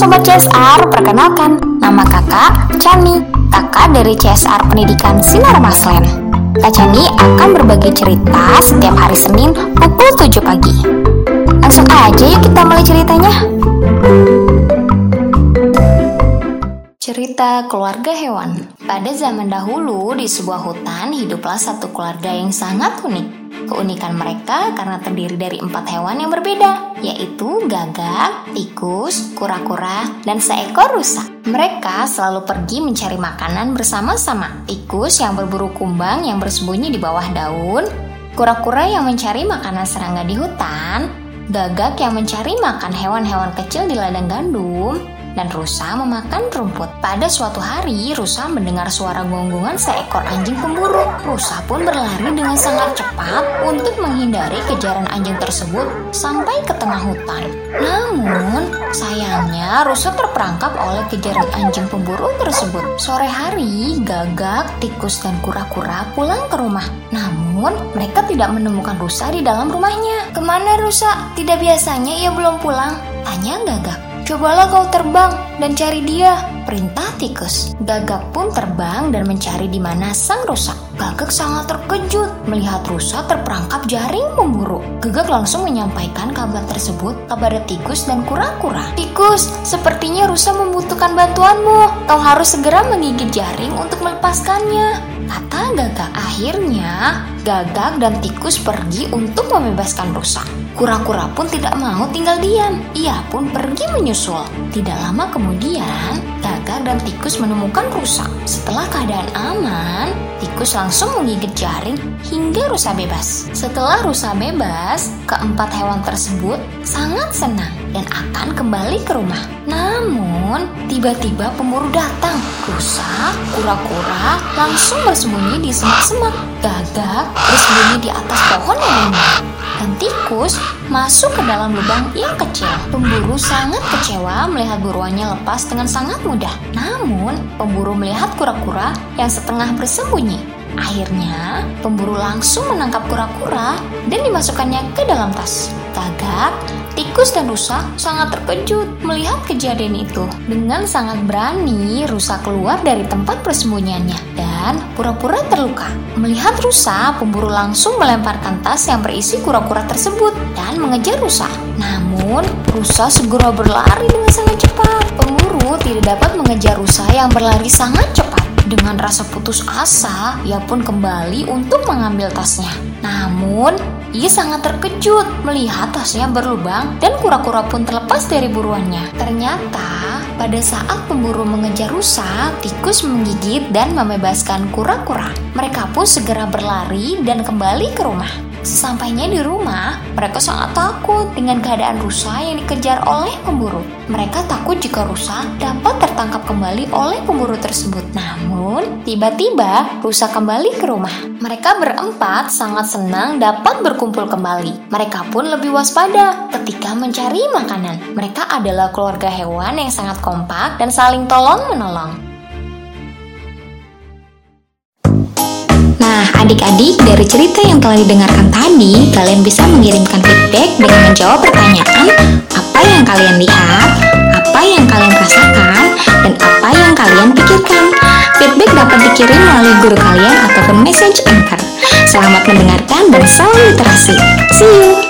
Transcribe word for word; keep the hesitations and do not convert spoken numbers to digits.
Sobat C S R, perkenalkan, nama kakak Chani, kakak dari C S R Pendidikan Sinar Maslen. Kak Chani akan berbagi cerita setiap hari Senin pukul tujuh pagi. Langsung aja yuk kita mulai ceritanya. Cerita keluarga hewan. Pada zaman dahulu, di sebuah hutan hiduplah satu keluarga yang sangat unik. Keunikan mereka karena terdiri dari empat hewan yang berbeda, yaitu gagak, tikus, kura-kura, dan seekor rusa. Mereka selalu pergi mencari makanan bersama-sama. Tikus yang berburu kumbang yang bersembunyi di bawah daun, kura-kura yang mencari makanan serangga di hutan, gagak yang mencari makan hewan-hewan kecil di ladang gandum, dan rusa memakan rumput. Pada suatu hari, rusa mendengar suara gonggongan seekor anjing pemburu. Rusa pun berlari dengan sangat cepat untuk menghindari kejaran anjing tersebut sampai ke tengah hutan. Namun, sayangnya rusa terperangkap oleh kejaran anjing pemburu tersebut. Sore hari, gagak, tikus, dan kura-kura pulang ke rumah. Namun, mereka tidak menemukan rusa di dalam rumahnya. "Kemana rusa? Tidak biasanya ia belum pulang?" tanya gagak. "Cobalah kau terbang dan cari dia," perintah tikus. Gagak pun terbang dan mencari di mana sang rusa. Gagak sangat terkejut melihat rusa terperangkap jaring pemburu. Gagak langsung menyampaikan kabar tersebut kepada tikus dan kura-kura. "Tikus, sepertinya rusa membutuhkan bantuanmu. Kau harus segera menggigit jaring untuk melepaskannya," kata gagak. Akhirnya, gagak dan tikus pergi untuk membebaskan rusa. Kura-kura pun tidak mau tinggal diam. Ia pun pergi menyusul. Tidak lama kemudian, gagak dan tikus menemukan rusa. Setelah keadaan aman, tikus langsung menggigit jaring hingga rusa bebas. Setelah rusa bebas, keempat hewan tersebut sangat senang dan akan kembali ke rumah. Namun, tiba-tiba pemburu datang. Rusa, kura-kura langsung bersembunyi di semak-semak. Gagak bersembunyi di atas pohon yang rindang. Dan tikus masuk ke dalam lubang yang kecil. Pemburu sangat kecewa melihat buruannya lepas dengan sangat mudah. Namun, pemburu melihat kura-kura yang setengah bersembunyi. Akhirnya, pemburu langsung menangkap kura-kura dan dimasukkannya ke dalam tas. Gagak, tikus, dan rusa sangat terkejut melihat kejadian itu. Dengan sangat berani, rusa keluar dari tempat persembunyiannya dan pura-pura terluka. Melihat rusa, pemburu langsung melemparkan tas yang berisi kura-kura tersebut dan mengejar rusa. Namun, rusa segera berlari dengan sangat cepat. Pemburu tidak dapat mengejar rusa yang berlari sangat cepat. Dengan rasa putus asa, ia pun kembali untuk mengambil tasnya. Namun, ia sangat terkejut melihat tasnya berlubang dan kura-kura pun terlepas dari buruannya. Ternyata, pada saat pemburu mengejar rusa, tikus menggigit dan membebaskan kura-kura. Mereka pun segera berlari dan kembali ke rumah. Sesampainya di rumah, mereka sangat takut dengan keadaan rusa yang dikejar oleh pemburu. Mereka takut jika rusa dapat tertangkap kembali oleh pemburu tersebut. Namun, tiba-tiba rusa kembali ke rumah. Mereka berempat sangat senang dapat berkumpul kembali. Mereka pun lebih waspada ketika mencari makanan. Mereka adalah keluarga hewan yang sangat kompak dan saling tolong-menolong. Nah, adik-adik, dari cerita yang telah didengarkan tadi, kalian bisa mengirimkan feedback dengan menjawab pertanyaan apa yang kalian lihat, apa yang kalian rasakan, dan apa yang kalian pikirkan. Feedback dapat dikirim melalui guru kalian ataupun message anchor. Selamat mendengarkan dan salam literasi. See you!